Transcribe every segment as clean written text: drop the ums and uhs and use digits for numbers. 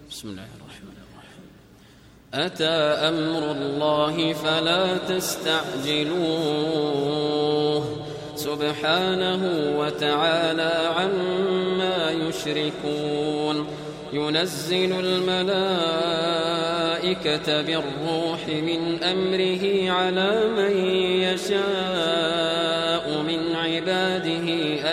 بسم الله الرحمن الرحيم. أتى أمر الله فلا تستعجلوه سبحانه وتعالى عما يشركون. ينزل الملائكة بالروح من أمره على من يشاء من عباده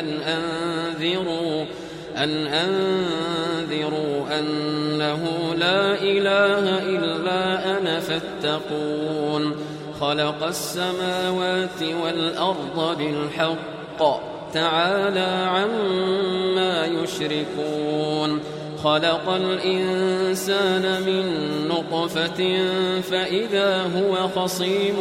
أن أنذروا أنه لا إله إلا أنا فاتقون. خلق السماوات والأرض بالحق تعالى عما يشركون. خلق الإنسان من نطفة فإذا هو خصيم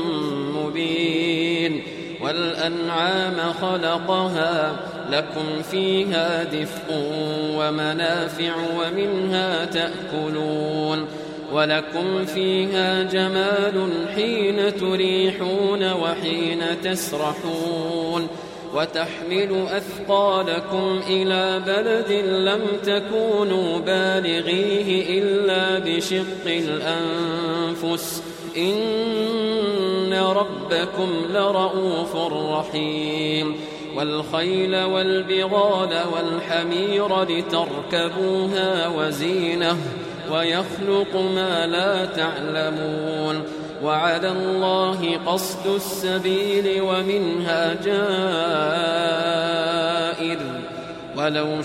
مبين. والأنعام خلقها لكم فيها دفء ومنافع ومنها تأكلون. ولكم فيها جمال حين تريحون وحين تسرحون. وتحمل أثقالكم إلى بلد لم تكونوا بالغيه إلا بشق الأنفس إن ربكم لرؤوف رحيم. والخيل والبغال والحمير لتركبوها وزينة ويخلق ما لا تعلمون. وعلى الله قصد السبيل ومنها جائر ولو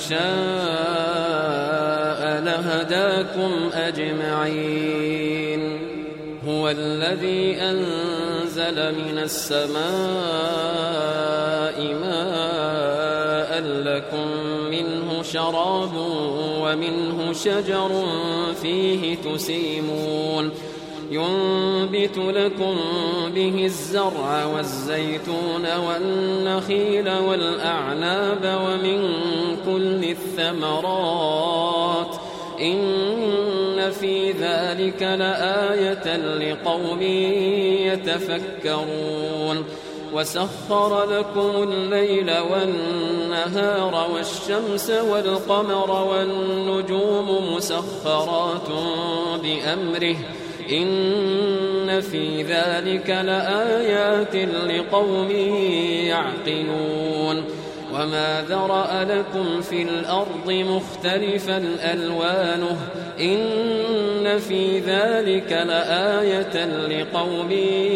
شاء لهداكم أجمعين. هو الذي أنزل من السماء ماء لكم منه شراب ومنه شجر فيه تسيمون. ينبت لكم به الزرع والزيتون والنخيل والأعناب ومن كل الثمرات إن في ذلك لآية لقوم يتفكرون. وسخر لكم الليل والنهار والشمس والقمر والنجوم مسخرات بأمره إن في ذلك لآيات لقوم يعقلون. وما ذرأ لكم في الأرض مختلفا ألوانه إن في ذلك لآية لقوم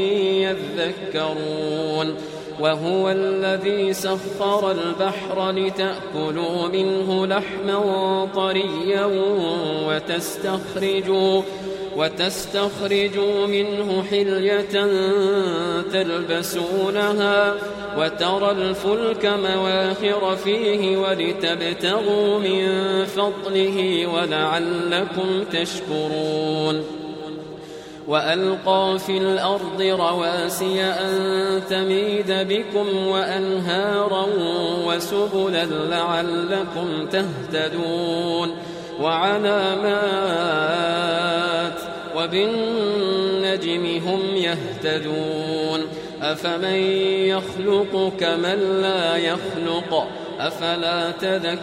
يذكرون. وهو الذي سخر البحر لتأكلوا منه لحما طريا وتستخرجوا منه حلية تلبسونها وترى الفلك مواخر فيه ولتبتغوا من فضله ولعلكم تشكرون. وألقى في الأرض رواسي أن تميد بكم وأنهارا وسبلا لعلكم تهتدون. وعلامات وبالنجم هم يهتدون. أفمن يخلق كمن لا يخلق أفلا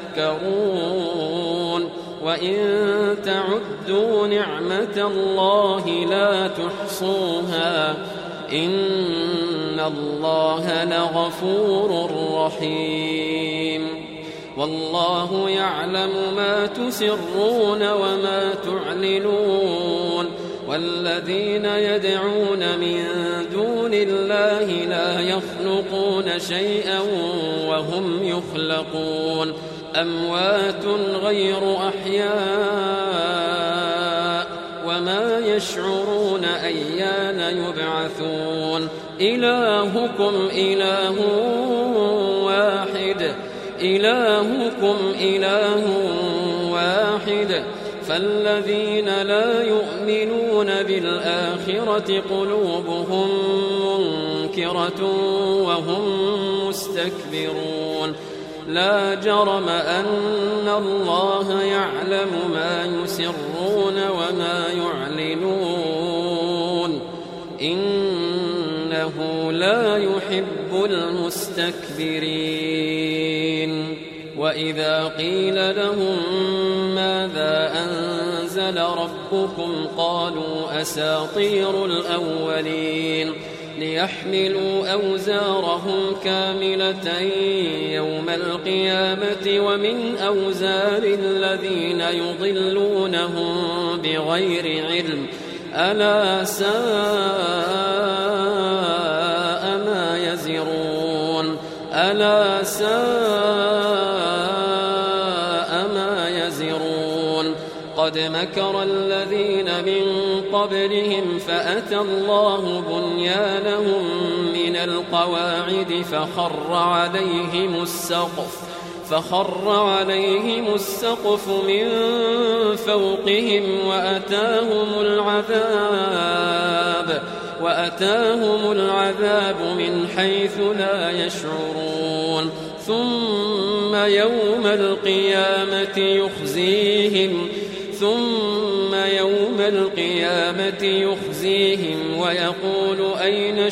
تذكرون. وإن تعدوا نعمة الله لا تحصوها إن الله لغفور رحيم. والله يعلم ما تسرون وما تعلنون. والذين يدعون من دون الله لا يخلقون شيئا وهم يخلقون. أموات غير أحياء وما يشعرون أيان يبعثون. إلهكم إله واحد فالذين لا يؤمنون بالآخرة قلوبهم منكرة وهم مستكبرون. لا جرم أن الله يعلم ما يسرون وما يعلنون إنه لا يحب المستكبرين. وإذا قيل لهم ماذا أنزل أنزل ربكم قالوا أساطير الأولين ليحملوا أوزارهم كاملة يوم القيامة ومن أوزار الذين يضلونهم بغير علم ألا ساء ما يزرون ألا ساء ما يزرون قد مكر الذين من قبلهم فأتى الله بنيانهم من القواعد فخر عليهم السقف من فوقهم وأتاهم العذاب من حيث لا يشعرون ثم يوم القيامة يخزيهم ويقول أين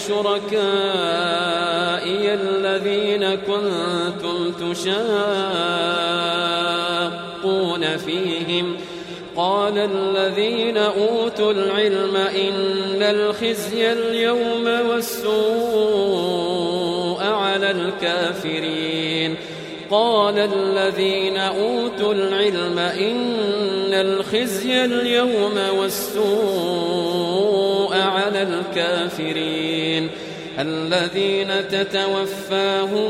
شركائي الذين كنتم تشاقون فيهم قال الذين أوتوا العلم إن الخزي اليوم والسوء على الكافرين قال الذين أوتوا العلم إن الخزي اليوم والسوء على الكافرين الذين تتوفاهم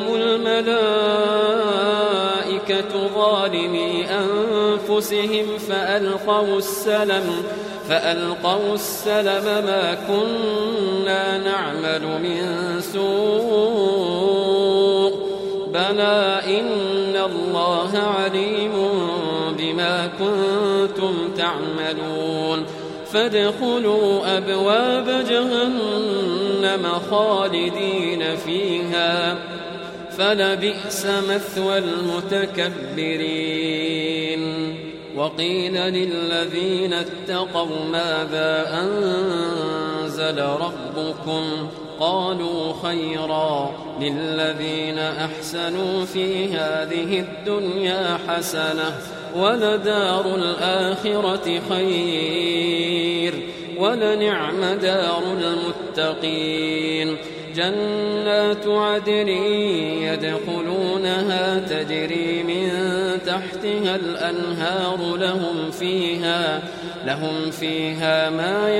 الملائكة ظالمي أنفسهم فألقوا السلم ما كنا نعمل من سوء بلى إن الله عليم بما كنتم تعملون فادخلوا أبواب جهنم خالدين فيها فلبئس مثوى المتكبرين وقيل للذين اتقوا ماذا أنزل ربكم قالوا خيرا للذين أحسنوا في هذه الدنيا حسنة ولدار الآخرة خير ولنعم دار المتقين جنات عدن يدخلونها تجري من تحتها الأنهار لهم فيها ما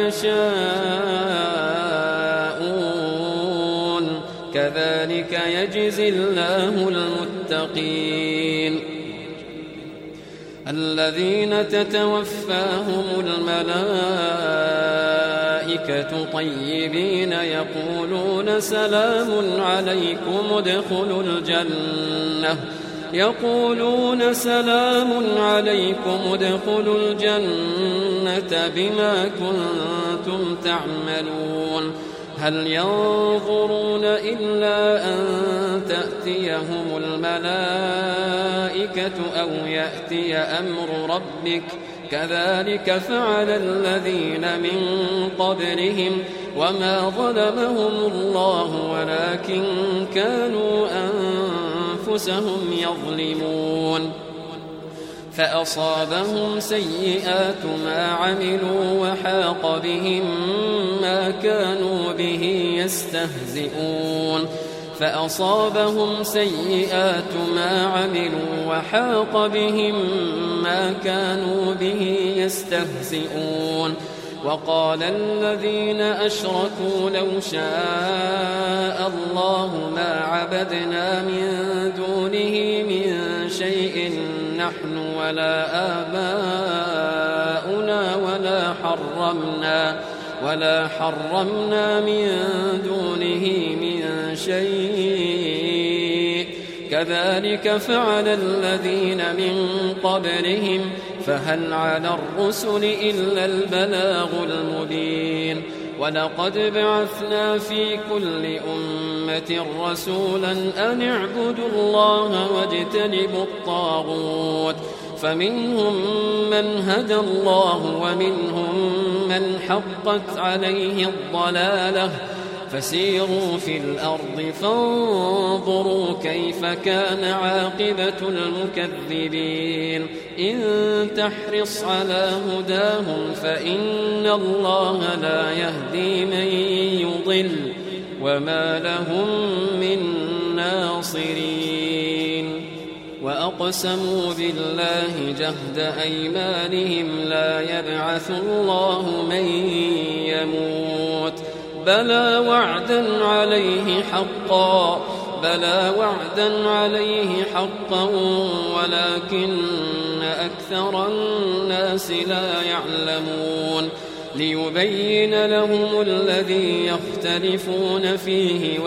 يشاءون كذلك يجزي الله المتقين الذين تتوفاهم الملائكة طيبين يقولون سلام عليكم ادخلوا الجنة بما كنتم تعملون هل ينظرون إلا أن تأتيهم الملائكة أو يأتي أمر ربك كذلك فعل الذين من قبلهم وما ظلمهم الله ولكن كانوا أنفسهم يظلمون فأصابهم سيئات ما عملوا وحاق بهم ما كانوا به يستهزئون وقال الذين أشركوا لو شاء الله ما عبدنا من دونه من شيء نحن ولا آباؤنا ولا حرمنا من دونه من شيء كذلك فعل الذين من قبلهم فهل على الرسل إلا البلاغ المبين ولقد بعثنا في كل أمة رسولا أن اعبدوا الله واجتنبوا الطاغوت فمنهم من هدى الله ومنهم من حقت عليه الضلالة فسيروا في الأرض فانظروا كيف كان عاقبة المكذبين إن تحرص على هداهم فإن الله لا يهدي من يضل وما لهم من ناصرين وأقسموا بالله جهد أيمانهم لا يبعث الله من يموت بلى وعدا عليه حقا ولكن أكثر الناس لا يعلمون ليبين لهم الذي يختلفون فيه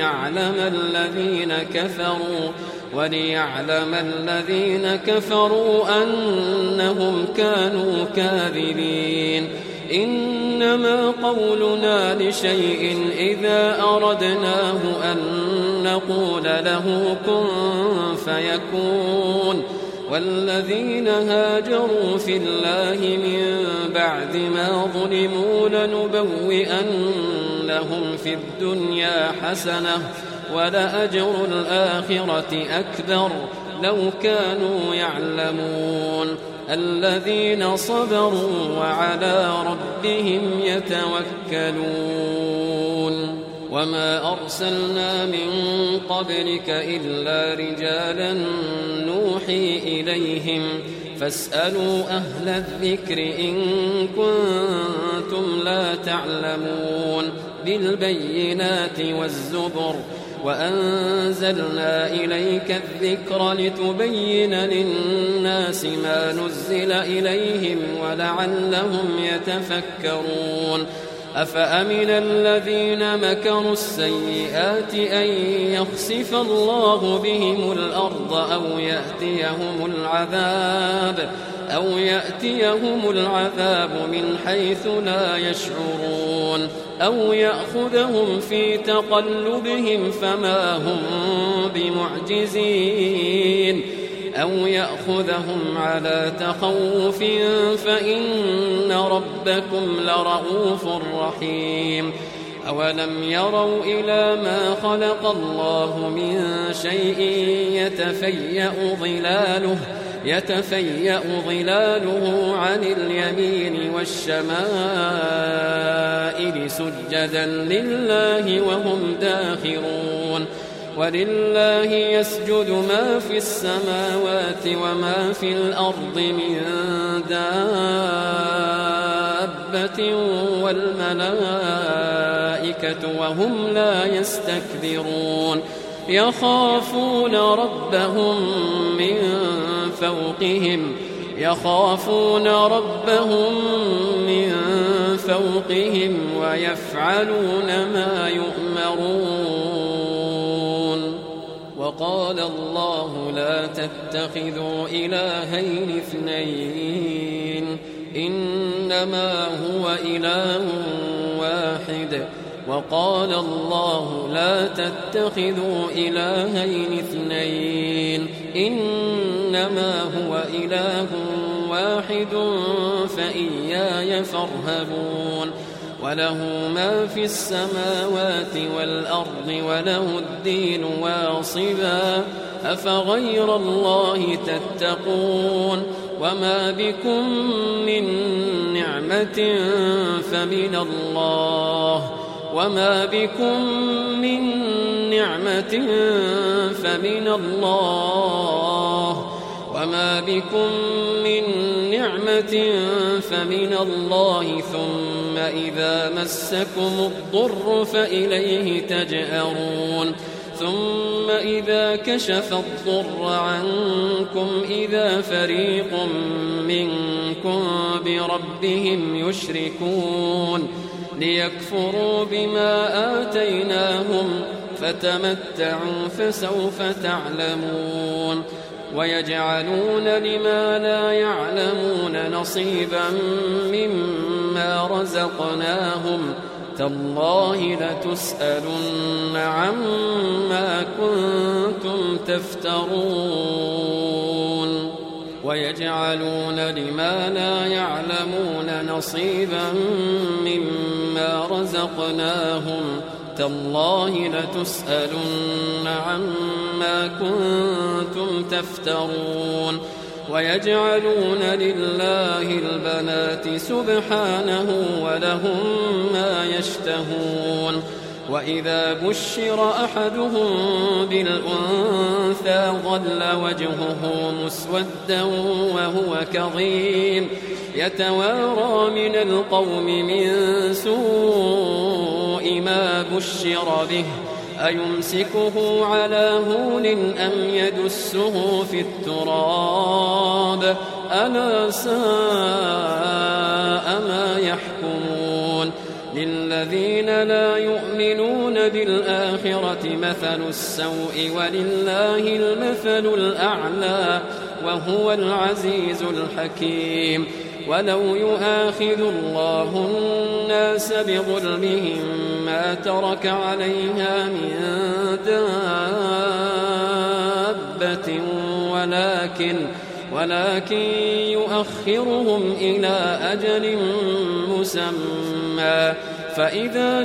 وليعلم الذين كفروا أنهم كانوا كاذبين إنما قولنا لشيء إذا أردناه أن نقول له كن فيكون والذين هاجروا في الله من بعد ما ظلموا لنبوئنهم في الدنيا حسنة ولأجر الآخرة أكبر لو كانوا يعلمون الذين صبروا وعلى ربهم يتوكلون وما أرسلنا من قبلك إلا رجالا نوحي إليهم فاسألوا أهل الذكر إن كنتم لا تعلمون بالبينات والزبر وأنزلنا إليك الذكر لتبين للناس ما نزل إليهم ولعلهم يتفكرون أفأمن الذين مكروا السيئات أن يخسف الله بهم الأرض أو يأتيهم العذاب من حيث لا يشعرون أو يأخذهم في تقلبهم فما هم بمعجزين أو يأخذهم على تخوف فإن ربكم لرؤوف رحيم أولم يروا إلى ما خلق الله من شيء يتفيأ ظلاله عن اليمين والشمائل سجدا لله وهم داخرون ولله يسجد ما في السماوات وما في الأرض من دابة والملائكة وهم لا يستكبرون يخافون ربهم من فوقهم ويفعلون ما يؤمرون وقال الله لا تتخذوا إلهين اثنين إنما هو إله واحد وقال الله لا تتخذوا إلهين اثنين إنما هو إله واحد فإياي فارهبون وله ما في السماوات والأرض وله الدين واصبا أفغير الله تتقون وما بكم من نعمة فمن الله فمن الله ثم إذا مسكم الضر فإليه تجأرون ثم إذا كشف الضر عنكم إذا فريق منكم بربهم يشركون ليكفروا بما آتيناهم فتمتعوا فسوف تعلمون ويجعلون لما لا يعلمون نصيبا مما رزقناهم تالله لتسألن عما كنتم تفترون ويجعلون لما لا يعلمون نصيبا مما رزقناهم تالله لتسألن عما كنتم تفترون ويجعلون لله البنات سبحانه ولهم ما يشتهون وإذا بشر أحدهم بالأنثى ظل وجهه مسودا وهو كظيم يتوارى من القوم من سوء ما بشر به أيمسكه على هون أم يدسه في التراب ألا ساء ما يحكمون للذين لا يؤمنون بالآخرة مثل السوء ولله المثل الأعلى وهو العزيز الحكيم ولو يؤاخذ الله الناس بظلمهم ما ترك عليها من دابة ولكن يؤخرهم إلى أجل مسمى فإذا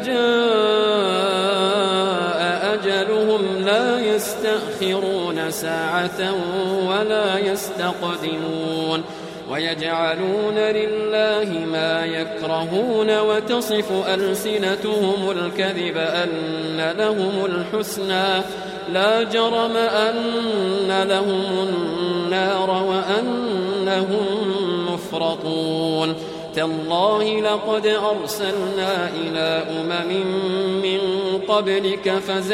جاء أجلهم لا يستأخرون ساعة ولا يستقدمون ويجعلون لله ما يكرهون وتصف ألسنتهم الكذب أن لهم الحسنى لا جرم أن لهم النار وأنهم مفرطون تالله لقد أرسلنا إلى من قبلك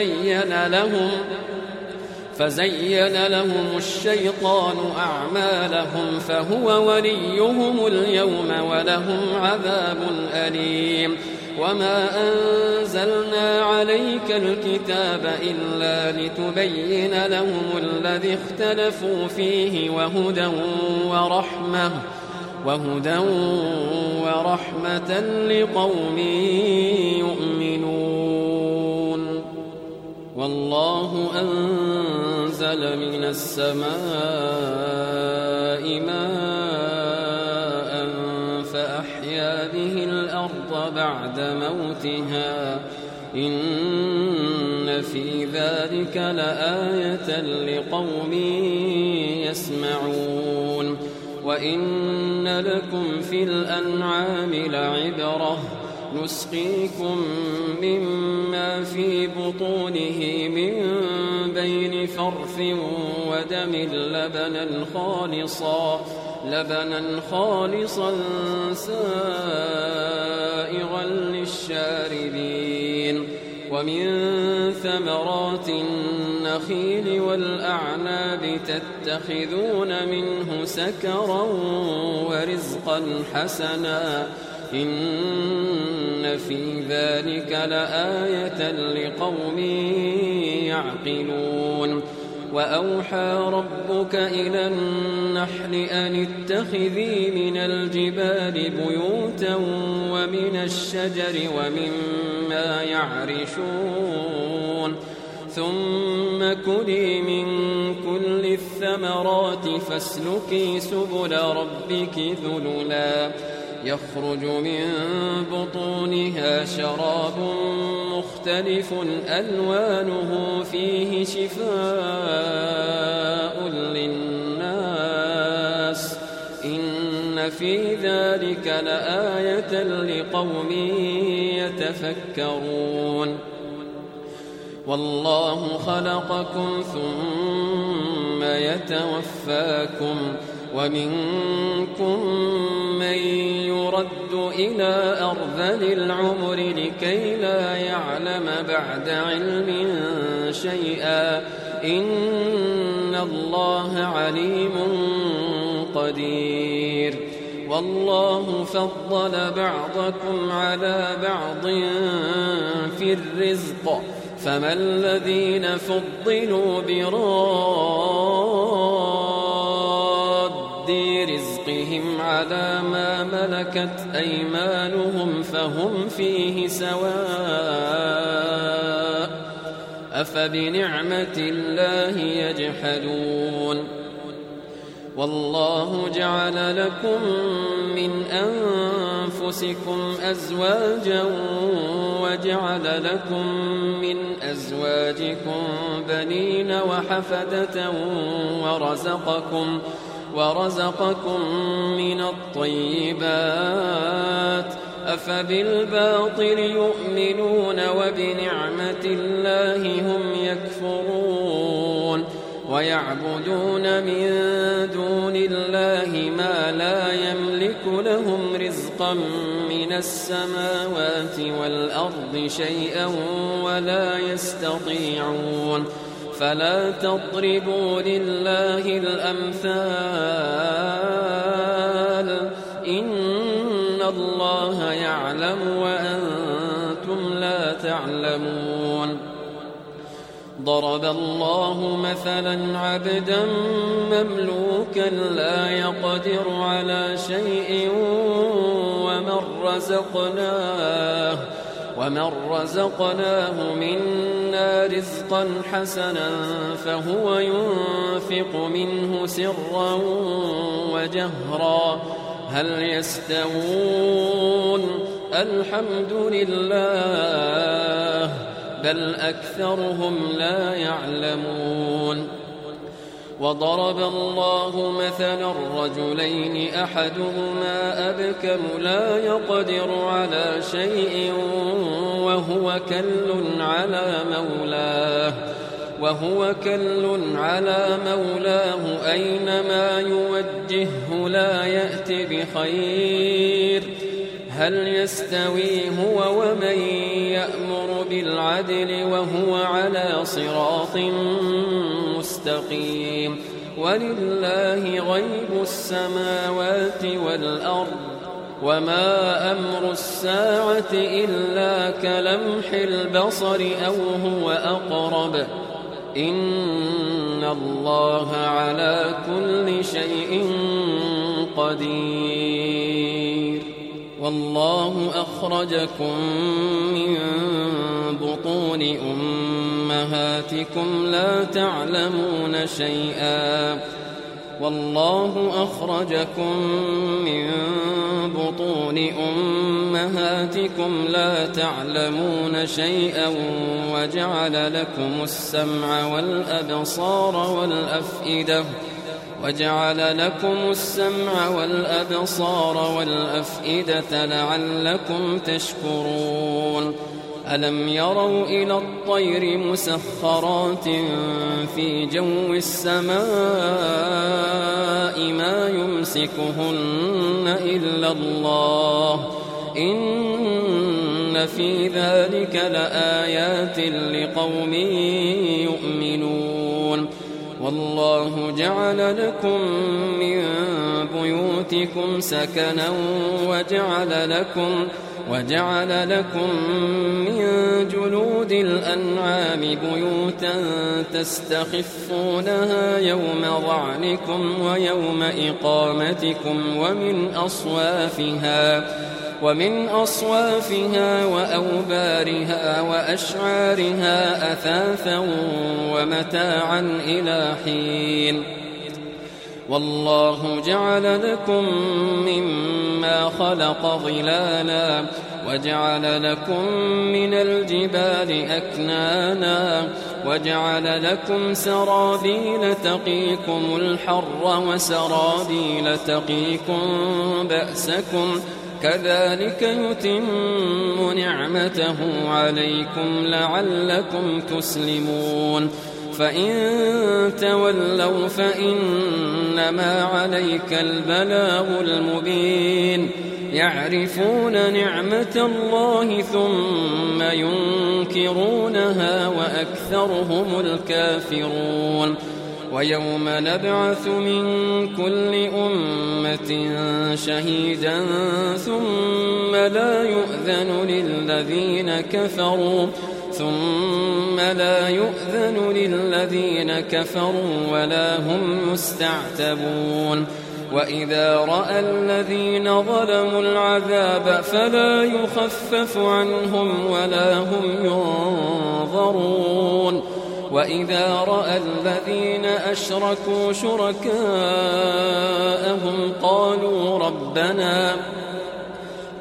فزين لهم الشيطان أعمالهم فهو وليهم اليوم ولهم عذاب أليم وما أنزلنا عليك الكتاب إلا لتبين لهم الذي اختلفوا فيه وهدى ورحمة لقوم يؤمنون والله أنزل من السماء ماء فأحيا به الأرض بعد موتها إن في ذلك لآية لقوم يسمعون وإن لكم في الأنعام لعبرة نسقيكم مما في بطونه من بين فرث ودم لبنا خالصا سائغا للشاربين ومن ثمرات النخيل والأعناب تتخذون منه سكرا ورزقا حسنا إن في ذلك لآية لقوم يعقلون وأوحى ربك إلى النحل أن اتخذي من الجبال بيوتا ومن الشجر ومما يعرشون ثم كلي من كل الثمرات فاسلكي سبل ربك ذللا يخرج من بطونها شراب مختلف ألوانه فيه شفاء للناس إن في ذلك لآية لقوم يتفكرون والله خلقكم ثم يتوفاكم ومنكم من يرد إلى أرذل العمر لكي لا يعلم بعد علم شيئا إن الله عليم قدير والله فضل بعضكم على بعض في الرزق فما الذين فضلوا براد رزقهم على ما ملكت أيمانهم فهم فيه سواء أفبنعمة الله يجحدون والله جعل لكم من أنفسكم أزواجا وجعل لكم من أزواجكم بنين وحفدة ورزقكم من الطيبات أفبالباطل يؤمنون وبنعمة الله هم يكفرون ويعبدون من دون الله ما لا يملك لهم رزقا من السماوات والأرض شيئا ولا يستطيعون فلا تضربوا لله الأمثال إن الله يعلم وأنتم لا تعلمون ضرب الله مثلا عبدا مملوكا لا يقدر على شيء ومن رزقناه منا رزقا حسنا فهو ينفق منه سرا وجهرا هل يستوون الحمد لله بل أكثرهم لا يعلمون وضرب الله مثلا رجلين أحدهما أبكم لا يقدر على شيء وهو كل على مولاه أينما يوجهه لا يأت بخير هل يستوي هو ومن يأمر بالعدل وهو على صراط مستقيم ولله غيب السماوات والأرض وما أمر الساعة إلا كلمح البصر أو هو أقرب إن الله على كل شيء قدير والله أخرجكم من بطون أمهاتكم لا تعلمون شيئا وجعل لكم السمع والأبصار والأفئدة لعلكم تشكرون ألم يروا إلى الطير مسخرات في جو السماء ما يمسكهن إلا الله إن في ذلك لآيات لقوم يؤمنون والله جعل لكم من بيوتكم سكنا وجعل لكم من جلود الأنعام بيوتا تستخفونها يوم ظعنكم ويوم إقامتكم ومن أصوافها وأوبارها وأشعارها أثاثا ومتاعا إلى حين والله جعل لكم مما خلق ظلالا وجعل لكم من الجبال أكنانا وجعل لكم سرابيل تقيكم الحر وسرابيل تقيكم بأسكم كذلك يتم نعمته عليكم لعلكم تسلمون فإن تولوا فإنما عليك البلاغ المبين يعرفون نعمة الله ثم ينكرونها وأكثرهم الكافرون ويوم نبعث من كل أمة شهيدا ثم لا يؤذن للذين كفروا ولا هم يستعتبون وإذا رأى الذين ظلموا العذاب فلا يخفف عنهم ولا هم ينظرون وإذا رأى الذين أشركوا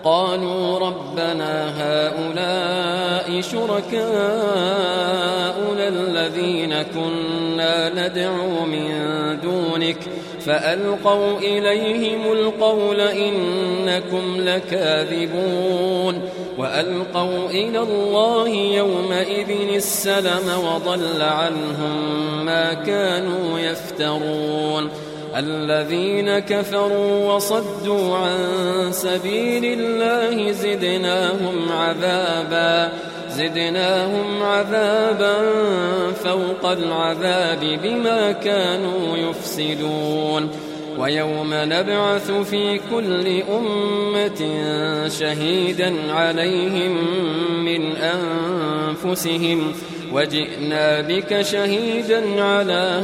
قالوا ربنا هؤلاء شركاؤنا الذين كنا ندعو من دونك فألقوا إليهم القول إنكم لكاذبون وألقوا إلى الله يومئذ السلم وضل عنهم ما كانوا يفترون الذين كفروا وصدوا عن سبيل الله زدناهم عذابا فوق العذاب بما كانوا يفسدون ويوم نبعث في كل أمة شهيدا عليهم من أنفسهم وجئنا بك شهيدا على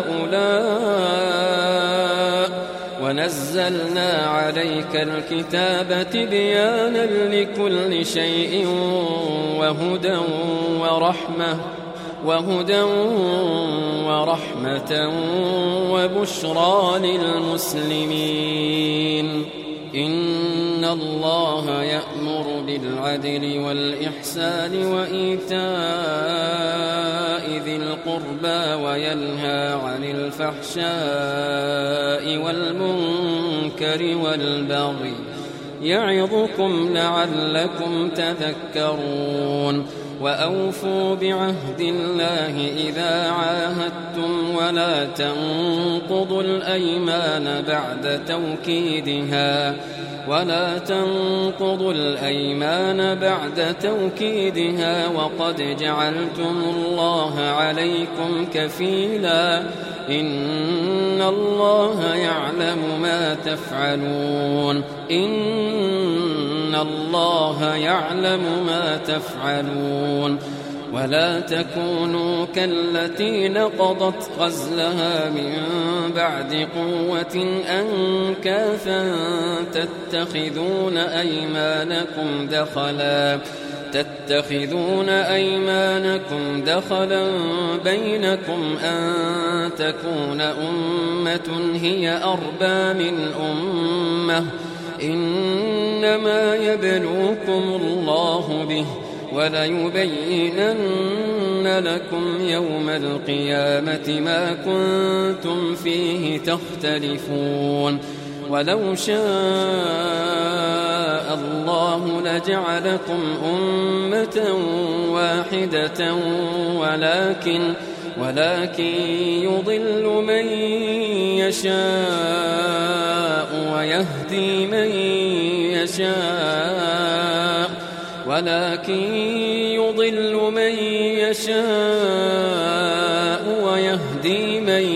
هؤلاء ونزلنا عليك الكتاب تبيانا لكل شيء وهدى ورحمة وبشرى للمسلمين إن الله يأمر بالعدل والإحسان وإيتاء ذي القربى وينهى عن الفحشاء والمنكر والبغي يعظكم لعلكم تذكرون وأوفوا بعهد الله إذا عاهدتم ولا تنقضوا الأيمان بعد توكيدها وقد جعلتم الله عليكم كفيلا إن الله يعلم ما تفعلون ولا تكونوا كالتي نقضت غزلها من بعد قوة أنكاثا تتخذون أيمانكم دخلا بينكم أن تكون أمة هي أربى من أمة إنما يبلوكم الله به وليبينن لكم يوم القيامة ما كنتم فيه تختلفون ولو شاء الله لجعلكم أمة واحدة ولكن يضل من يشاء ويهدي من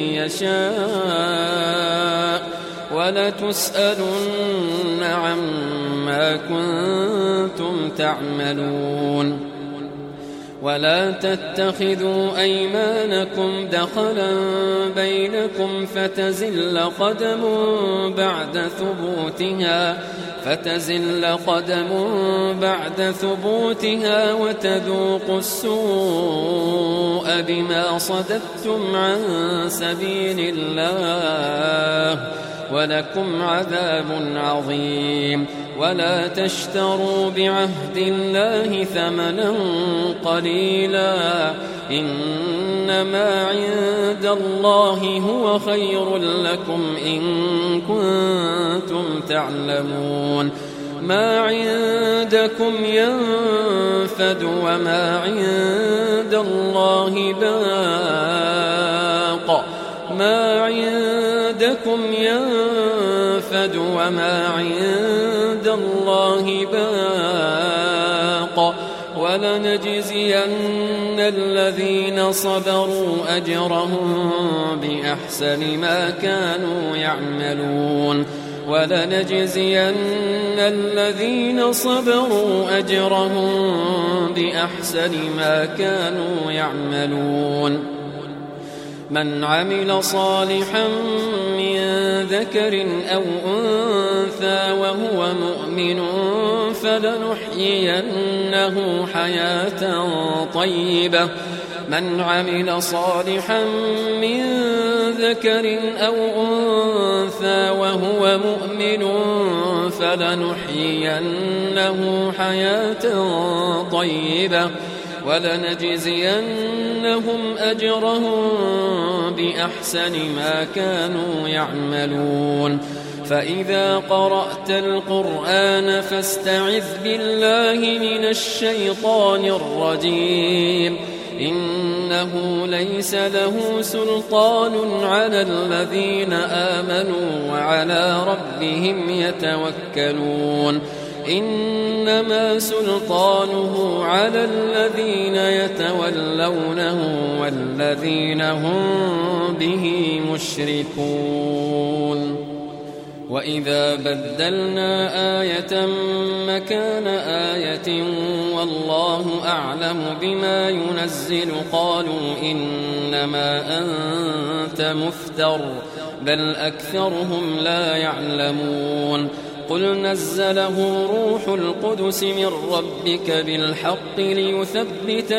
يشاء ولتسألن عما كنتم تعملون ولا تتخذوا أيمانكم دخلا بينكم فتزل قدم بعد ثبوتها وتذوقوا السوء بما صددتم عن سبيل الله ولكم عذاب عظيم ولا تشتروا بعهد الله ثمنا قليلا إنما عند الله هو خير لكم إن كنتم تعلمون ما عندكم ينفد وما عند الله باق ولنجزين الذين صبروا أجرهم بأحسن ما كانوا يعملون من عمل صالحا من ذكر أو أنثى وهو مؤمن من عمل صالحا من ذكر أو أنثى وهو مؤمن فلنحيينه حياة طيبة ولنجزينهم أجرهم بأحسن ما كانوا يعملون فإذا قرأت القرآن فاستعذ بالله من الشيطان الرجيم إنه ليس له سلطان على الذين آمنوا وعلى ربهم يتوكلون إنما سلطانه على الذين يتولونه والذين هم به مشركون وإذا بدلنا آية مكان آية والله أعلم بما ينزل قالوا إنما أنت مفتر بل أكثرهم لا يعلمون قل نزله روح القدس من ربك بالحق ليثبت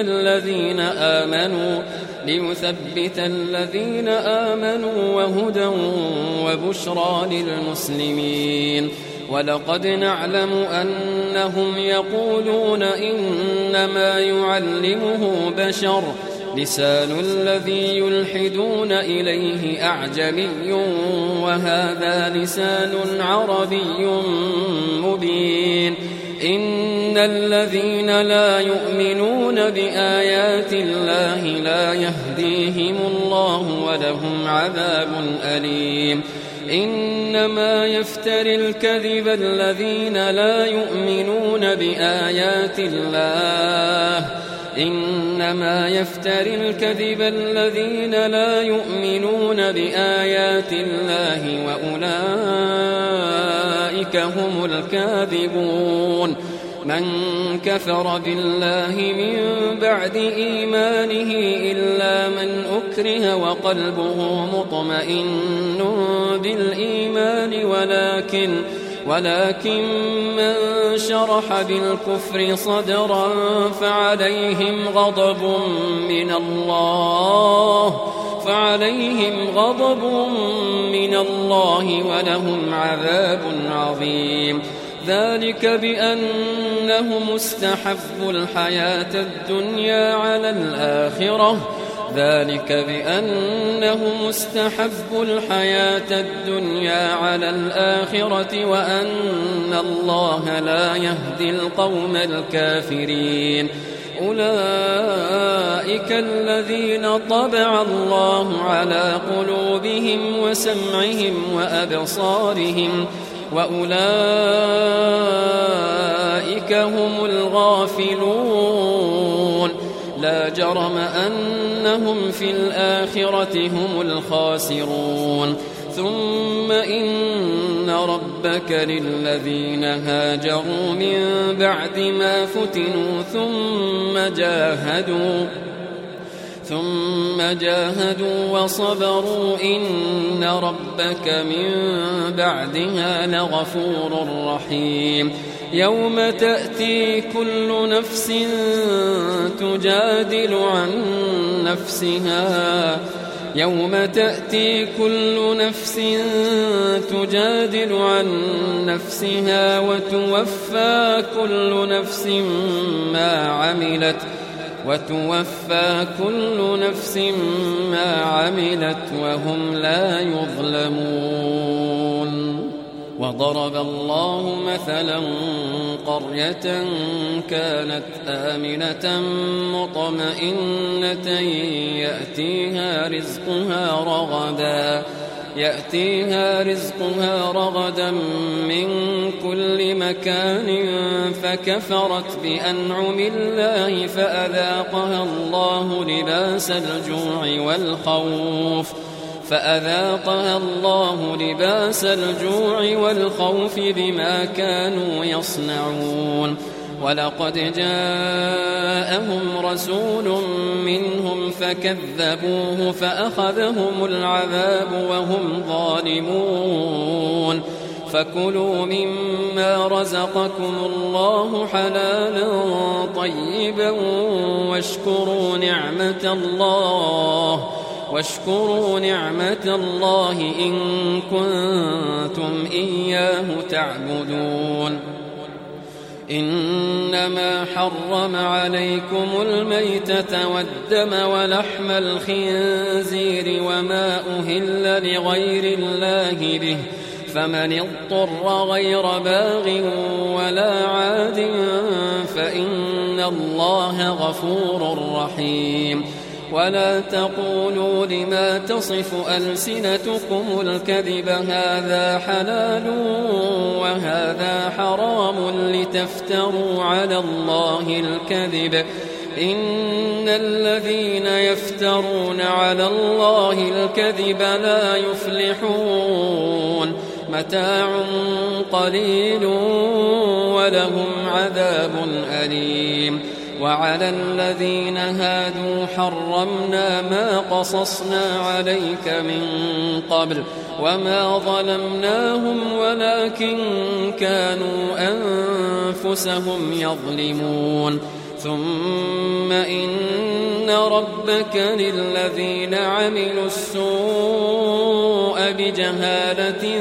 الذين آمنوا وهدى وبشرى للمسلمين ولقد نعلم أنهم يقولون إنما يعلمه بشر لسان الذي يلحدون إليه أعجمي وهذا لسان عربي مبين إن الذين لا يؤمنون بآيات الله لا يهديهم الله ولهم عذاب أليم إنما يفتري الكذب الذين لا يؤمنون بآيات الله وأولئك هم الكاذبون من كفر بالله من بعد إيمانه إلا من أكره وقلبه مطمئن بالإيمان ولكن من شرح بالكفر صدرا فعليهم غضب من الله ولهم عذاب عظيم ذلك بأنهم استحبوا الحياة الدنيا على الآخرة وأن الله لا يهدي القوم الكافرين أولئك الذين طبع الله على قلوبهم وسمعهم وأبصارهم وأولئك هم الغافلون لا جرم أنهم في الآخرة هم الخاسرون ثم إن ربك للذين هاجروا من بعد ما فتنوا ثم جاهدوا وصبروا إن ربك من بعدها لغفور رحيم يوم تأتي كل نفس تجادل عن نفسها وتوفى كل نفس ما عملت وهم لا يظلمون وضرب الله مثلا قرية كانت آمنة مطمئنة يأتيها رزقها رغدا من كل مكان فكفرت بأنعم الله فأذاقها الله لباس الجوع والخوف بما كانوا يصنعون ولقد جاءهم رسول منهم فكذبوه فأخذهم العذاب وهم ظالمون فكلوا مما رزقكم الله حلالا طيبا واشكروا نعمة الله إن كنتم إياه تعبدون. إنما حرم عليكم الميتة والدم ولحم الخنزير وما أهل لغير الله به، فمن اضطر غير باغ ولا عاد فإن الله غفور رحيم. ولا تقولوا لما تصف ألسنتكم الكذب هذا حلال وهذا حرام لتفتروا على الله الكذب، إن الذين يفترون على الله الكذب لا يفلحون. متاع قليل ولهم عذاب أليم. وعلى الذين هادوا حرمنا ما قصصنا عليك من قبل وما ظلمناهم ولكن كانوا أنفسهم يظلمون. ثم إن ربك للذين عملوا السوء بجهالة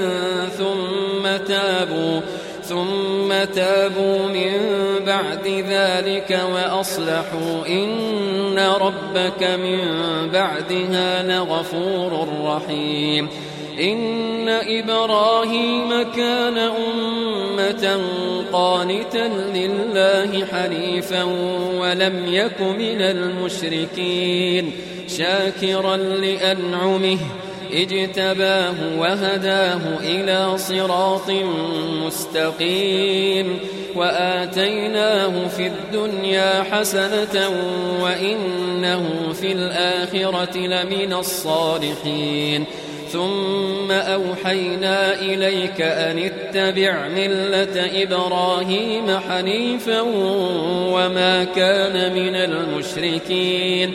ثم تابوا من بعد ذلك وأصلحوا إن ربك من بعدها لغفور رحيم. إن إبراهيم كان أمة قانتا لله حنيفا ولم يك من المشركين، شاكرا لأنعمه اجتباه وهداه إلى صراط مستقيم. وآتيناه في الدنيا حسنة وإنه في الآخرة لمن الصالحين. ثم أوحينا إليك أن اتبع ملة إبراهيم حنيفا وما كان من المشركين.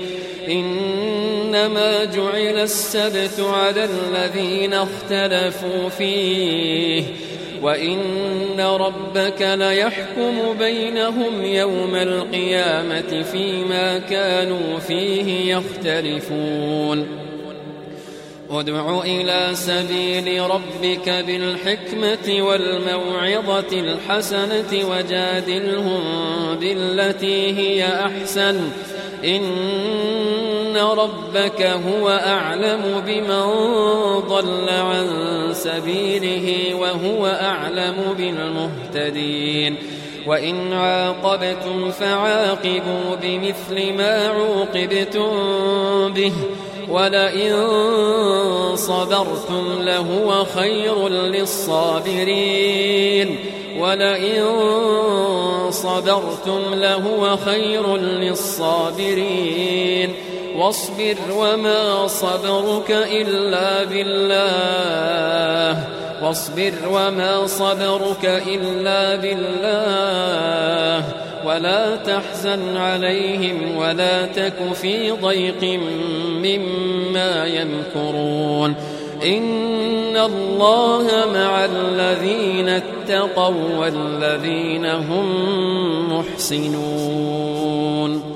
إنما جعل السبت على الذين اختلفوا فيه وإن ربك ليحكم بينهم يوم القيامة فيما كانوا فيه يختلفون. ادع إلى سبيل ربك بالحكمة والموعظة الحسنة وجادلهم بالتي هي أحسن، إن ربك هو أعلم بمن ضل عن سبيله وهو أعلم بالمهتدين. وإن عاقبتم فعاقبوا بمثل ما عوقبتم به ولئن صبرتم لهو خير للصابرين. واصبر وما صبرك إلا بالله ولا تحزن عليهم ولا تك في ضيق مما يمكرون. إن الله مع الذين اتقوا والذين هم محسنون.